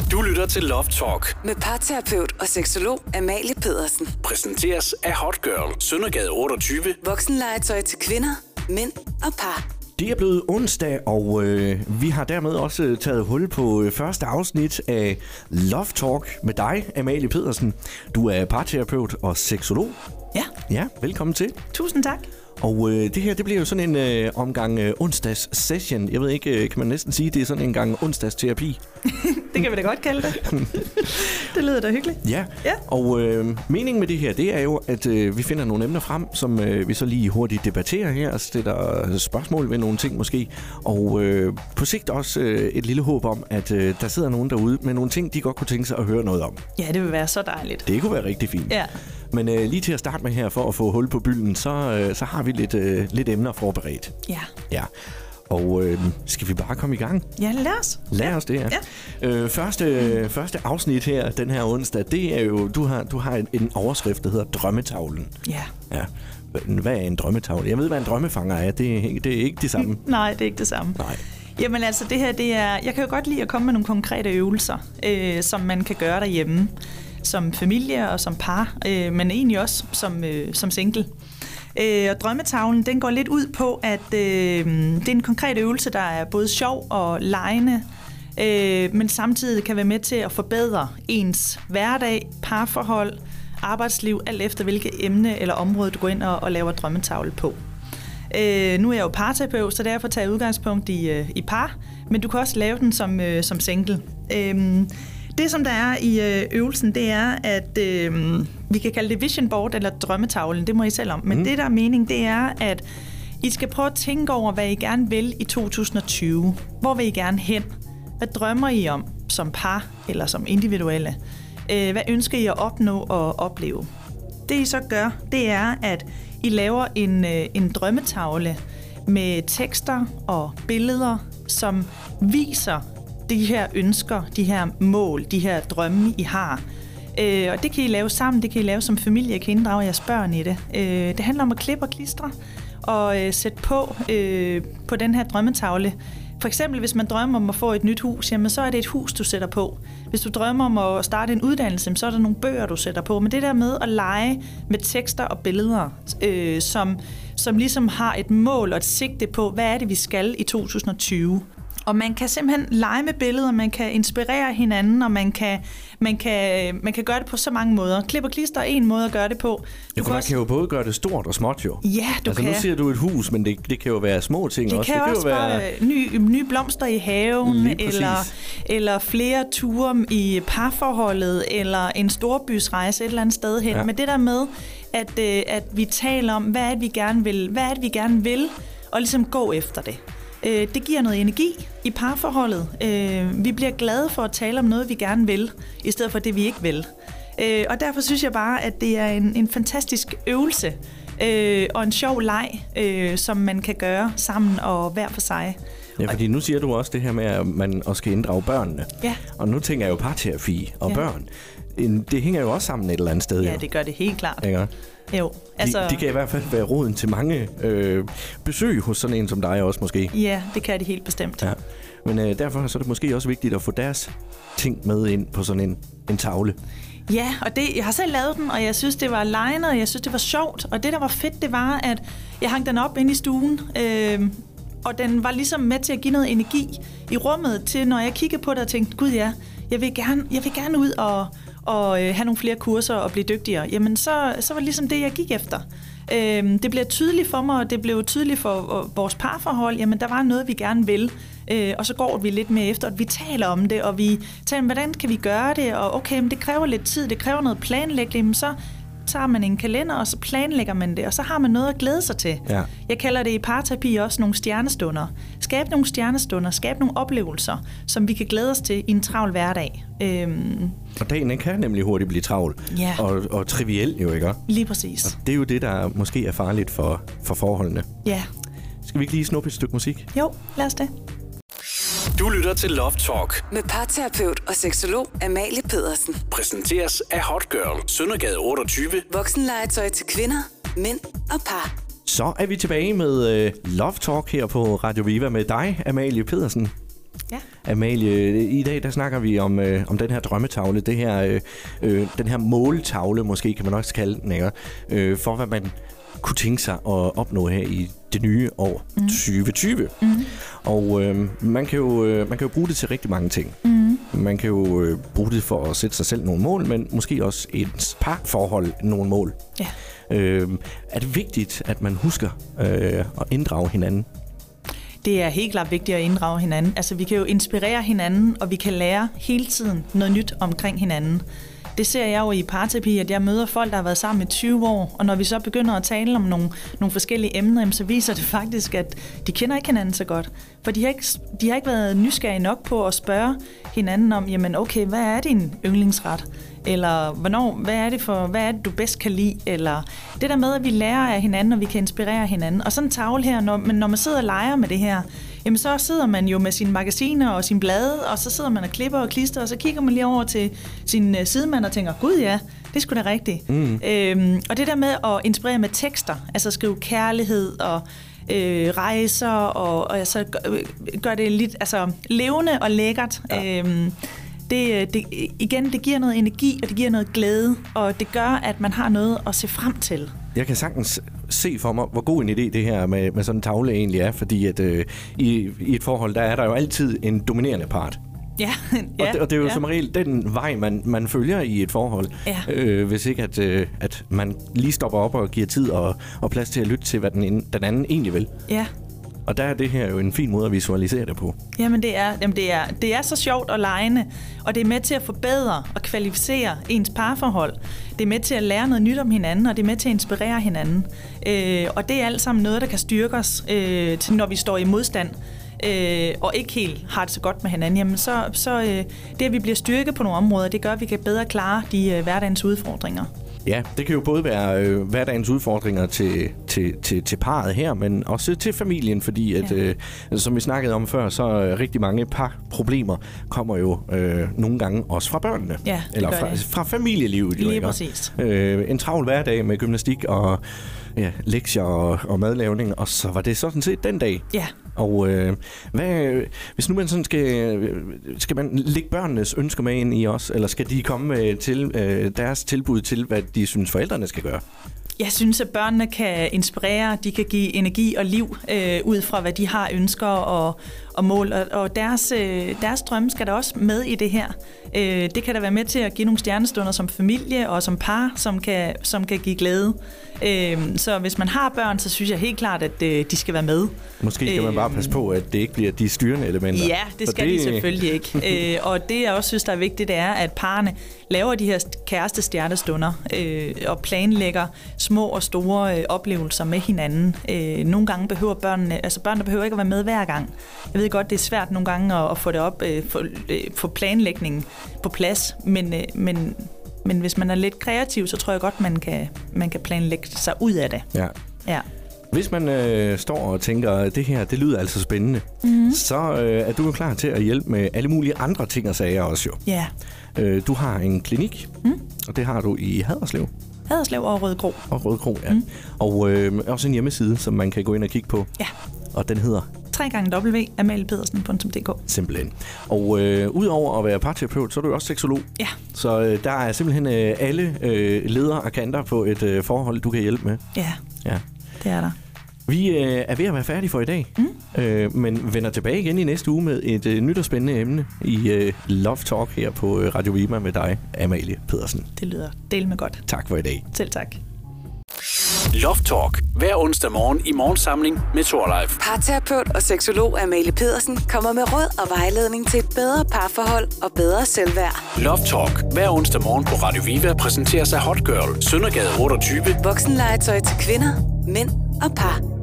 Du lytter til Love Talk med parterapeut og seksolog Amalie Pedersen. Præsenteres af Hot Girl, Søndergade 28. Voksenlegetøj til kvinder, mænd og par. Det er blevet onsdag, og vi har dermed også taget hul på første afsnit af Love Talk med dig, Amalie Pedersen. Du er parterapeut og seksolog. Ja. Ja, velkommen til. Tusind tak. Og det her, det bliver jo sådan en omgang onsdags session. Jeg ved ikke, kan man næsten sige, det er sådan en gang onsdagsterapi? Det kan vi da godt kalde det. Det lyder da hyggeligt. Ja. Og meningen med det her, det er jo, at vi finder nogle emner frem, som vi så lige hurtigt debatterer her, og stiller spørgsmål ved nogle ting måske. Og på sigt også et lille håb om, at der sidder nogen derude med nogle ting, de godt kunne tænke sig at høre noget om. Ja, det vil være så dejligt. Det kunne være rigtig fint. Ja. Men lige til at starte med her, for at få hul på bylden, så har vi lidt emner forberedt. Ja. Ja. Og skal vi bare komme i gang? Ja, lad os. Lad os det her. Ja. Første afsnit her, den her onsdag, det er jo, du har en overskrift, der hedder Drømmetavlen. Ja. Ja. Hvad er en drømmetavle? Jeg ved, hvad en drømmefanger er. Det er ikke det samme. Nej, det er ikke det samme. Nej. Jamen altså, det her, det er... Jeg kan jo godt lide at komme med nogle konkrete øvelser, som man kan gøre derhjemme. Som familie og som par, men egentlig også som single. Og drømmetavlen, den går lidt ud på, at det er en konkret øvelse, der er både sjov og legende, men samtidig kan være med til at forbedre ens hverdag, parforhold, arbejdsliv, alt efter hvilket emne eller område du går ind og laver drømmetavle på. Nu er jeg jo parterapeut, så derfor tager jeg udgangspunkt i par, men du kan også lave den som single. Det, som der er i øvelsen, det er, at vi kan kalde det vision board eller drømmetavlen, det må I selv om. Men det, der er mening, det er, at I skal prøve at tænke over, hvad I gerne vil i 2020. Hvor vil I gerne hen? Hvad drømmer I om som par eller som individuelle? Hvad ønsker I at opnå og opleve? Det, I så gør, det er, at I laver en drømmetavle med tekster og billeder, som viser de her ønsker, de her mål, de her drømme, I har. Og det kan I lave sammen, det kan I lave som familie, I kan inddrage jeres børn i det. Det handler om at klippe og klistre og sætte på den her drømmetavle. For eksempel, hvis man drømmer om at få et nyt hus, jamen så er det et hus, du sætter på. Hvis du drømmer om at starte en uddannelse, så er der nogle bøger, du sætter på. Men det der med at lege med tekster og billeder, som ligesom har et mål og et sigte på, hvad er det, vi skal i 2020. Og man kan simpelthen lege med billeder, man kan inspirere hinanden, og man kan gøre det på så mange måder. Klip og klister er en måde at gøre det på. Man kan jo både gøre det stort og småt jo. Ja, du kan. Nu siger du et hus, men det kan jo være små ting også. Det kan også være nye blomster i haven, eller flere ture i parforholdet, eller en storbysrejse et eller andet sted hen. Ja. Men det der med, at vi taler om, hvad er det, vi gerne vil, og ligesom gå efter det. Det giver noget energi i parforholdet. Vi bliver glade for at tale om noget, vi gerne vil, i stedet for det, vi ikke vil. Og derfor synes jeg bare, at det er en fantastisk øvelse og en sjov leg, som man kan gøre sammen og hver for sig. Ja, fordi nu siger du også det her med, at man også skal inddrage børnene. Ja. Og nu tænker jeg jo parterapi og børn. Det hænger jo også sammen et eller andet sted. Ja, det gør det helt klart. Ikke? Jo, altså... De kan i hvert fald være roden til mange besøg hos sådan en som dig også måske. Ja, det kan de helt bestemt. Ja. Men derfor så er det måske også vigtigt at få deres ting med ind på sådan en tavle. Ja, og jeg har selv lavet den, og jeg synes, det var legnet, og jeg synes, det var sjovt. Og det, der var fedt, det var, at jeg hang den op inde i stuen, og den var ligesom med til at give noget energi i rummet til, når jeg kiggede på det og tænkte, gud ja, jeg vil gerne ud og have nogle flere kurser og blive dygtigere, jamen så var det ligesom det, jeg gik efter. Det blev tydeligt for mig, og det blev tydeligt for vores parforhold, jamen der var noget, vi gerne vil, og så går vi lidt mere efter, at vi taler om det, og vi taler om, hvordan kan vi gøre det, og okay, men det kræver lidt tid, det kræver noget planlægning, men så tager man en kalender, og så planlægger man det, og så har man noget at glæde sig til. Ja. Jeg kalder det i parterapi også nogle stjernestunder. Skab nogle stjernestunder, skab nogle oplevelser, som vi kan glæde os til i en travl hverdag. Og dagen kan nemlig hurtigt blive travl. Ja. Og triviel jo, ikke? Lige præcis. Og det er jo det, der måske er farligt for forholdene. Ja. Skal vi ikke lige snuppe et stykke musik? Jo, lad os det. Du lytter til Love Talk med parterapeut og seksolog Amalie Pedersen. Præsenteres af Hot Girl, Søndergade 28. Voksenlegetøj til kvinder, mænd og par. Så er vi tilbage med Love Talk her på Radio Viva med dig, Amalie Pedersen. Ja. Amalie, i dag der snakker vi om den her drømmetavle, det her, den her måltavle, måske kan man også kalde den, ikke? For hvad man kunne tænke sig at opnå her i det nye år 2020. Og man kan jo bruge det til rigtig mange ting. Man kan jo bruge det for at sætte sig selv nogle mål, men måske også ens parforhold nogle mål. Ja. Er det vigtigt, at man husker at inddrage hinanden? Det er helt klart vigtigt at inddrage hinanden. Altså, vi kan jo inspirere hinanden, og vi kan lære hele tiden noget nyt omkring hinanden. Det ser jeg jo i parterapi, at jeg møder folk, der har været sammen i 20 år, og når vi så begynder at tale om nogle forskellige emner, så viser det faktisk, at de kender ikke hinanden så godt. For de har ikke været nysgerrige nok på at spørge hinanden om, jamen okay, hvad er din yndlingsret? Eller hvad er det, du bedst kan lide? Eller det der med, at vi lærer af hinanden, og vi kan inspirere hinanden. Og sådan en tavle her, når man sidder og leger med det her, jamen så sidder man jo med sine magasiner og sine blade, og så sidder man og klipper og klister, og så kigger man lige over til sin sidemand og tænker, gud ja, det er sgu da rigtigt. Og det der med at inspirere med tekster, altså skrive kærlighed og rejser, og altså gør det lidt levende og lækkert. Ja. Det giver noget energi, og det giver noget glæde, og det gør, at man har noget at se frem til. Jeg kan sagtens se for mig, hvor god en idé det her med sådan en tavle egentlig er, fordi at i et forhold, der er der jo altid en dominerende part. Ja, ja, og det er jo som regel den vej, man følger i et forhold. Ja. Hvis ikke, at man lige stopper op og giver tid og plads til at lytte til, hvad den anden egentlig vil. Ja. Og der er det her jo en fin måde at visualisere det på. Jamen det er så sjovt og legende, og det er med til at forbedre og kvalificere ens parforhold. Det er med til at lære noget nyt om hinanden, og det er med til at inspirere hinanden. Og det er alt sammen noget, der kan styrke os, når vi står i modstand. Og ikke helt har det så godt med hinanden, jamen så det, at vi bliver styrket på nogle områder, det gør, at vi kan bedre klare de hverdagens udfordringer. Ja, det kan jo både være hverdagens udfordringer til parret her, men også til familien, fordi at, som vi snakkede om før, så rigtig mange parproblemer kommer jo nogle gange også fra børnene. Ja, eller fra familielivet. Lige præcis. En travl hverdag med gymnastik og lektier og madlavning, og så var det sådan set den dag. Ja. Og hvis nu man sådan skal man lægge børnenes ønsker med ind i os, eller skal de komme til deres tilbud til, hvad de synes forældrene skal gøre? Jeg synes, at børnene kan inspirere, de kan give energi og liv ud fra, hvad de har ønsker og mål, og deres drømme skal der også med i det her. Det kan da være med til at give nogle stjernestunder som familie og som par, som kan give glæde. Så hvis man har børn, så synes jeg helt klart, at de skal være med. Måske kan man bare passe på, at det ikke bliver de styrende elementer. Ja, det skal de selvfølgelig ikke. Og det, jeg også synes, der er vigtigt, det er, at parerne laver de her kærestestjernestunder og planlægger små og store oplevelser med hinanden. Nogle gange behøver børnene behøver ikke at være med hver gang. Jeg ved godt, det er svært nogle gange at få det op, få planlægningen på plads, men hvis man er lidt kreativ, så tror jeg godt, man kan planlægge sig ud af det. Ja. Ja. Hvis man står og tænker, at det her, det lyder altså spændende, så er du jo klar til at hjælpe med alle mulige andre ting og sager også jo. Ja. Du har en klinik, og det har du i Haderslev. Haderslev og Rødekro. Og Rødekro, ja. Og også en hjemmeside, som man kan gå ind og kigge på. Ja. Og den hedder? www.amaliepedersen.dk. Simpelthen. Og udover at være parterapeut, så er du også seksolog. Ja. Så der er simpelthen alle ledere og kanter på et forhold, du kan hjælpe med. Ja, det er der. Vi er ved at være færdige for i dag, men vender tilbage igen i næste uge med et nyt og spændende emne i Love Talk her på Radio Viva med dig, Amalie Pedersen. Det lyder del med godt. Tak for i dag. Selv tak. Love Talk. Hver onsdag morgen i Morgensamling med Thorleif. Parterapeut og seksolog Amalie Pedersen kommer med råd og vejledning til et bedre parforhold og bedre selvværd. Love Talk. Hver onsdag morgen på Radio Viva præsenteres af Hot Girl, Søndergade 28. Voksenlegetøj til kvinder, mænd og par.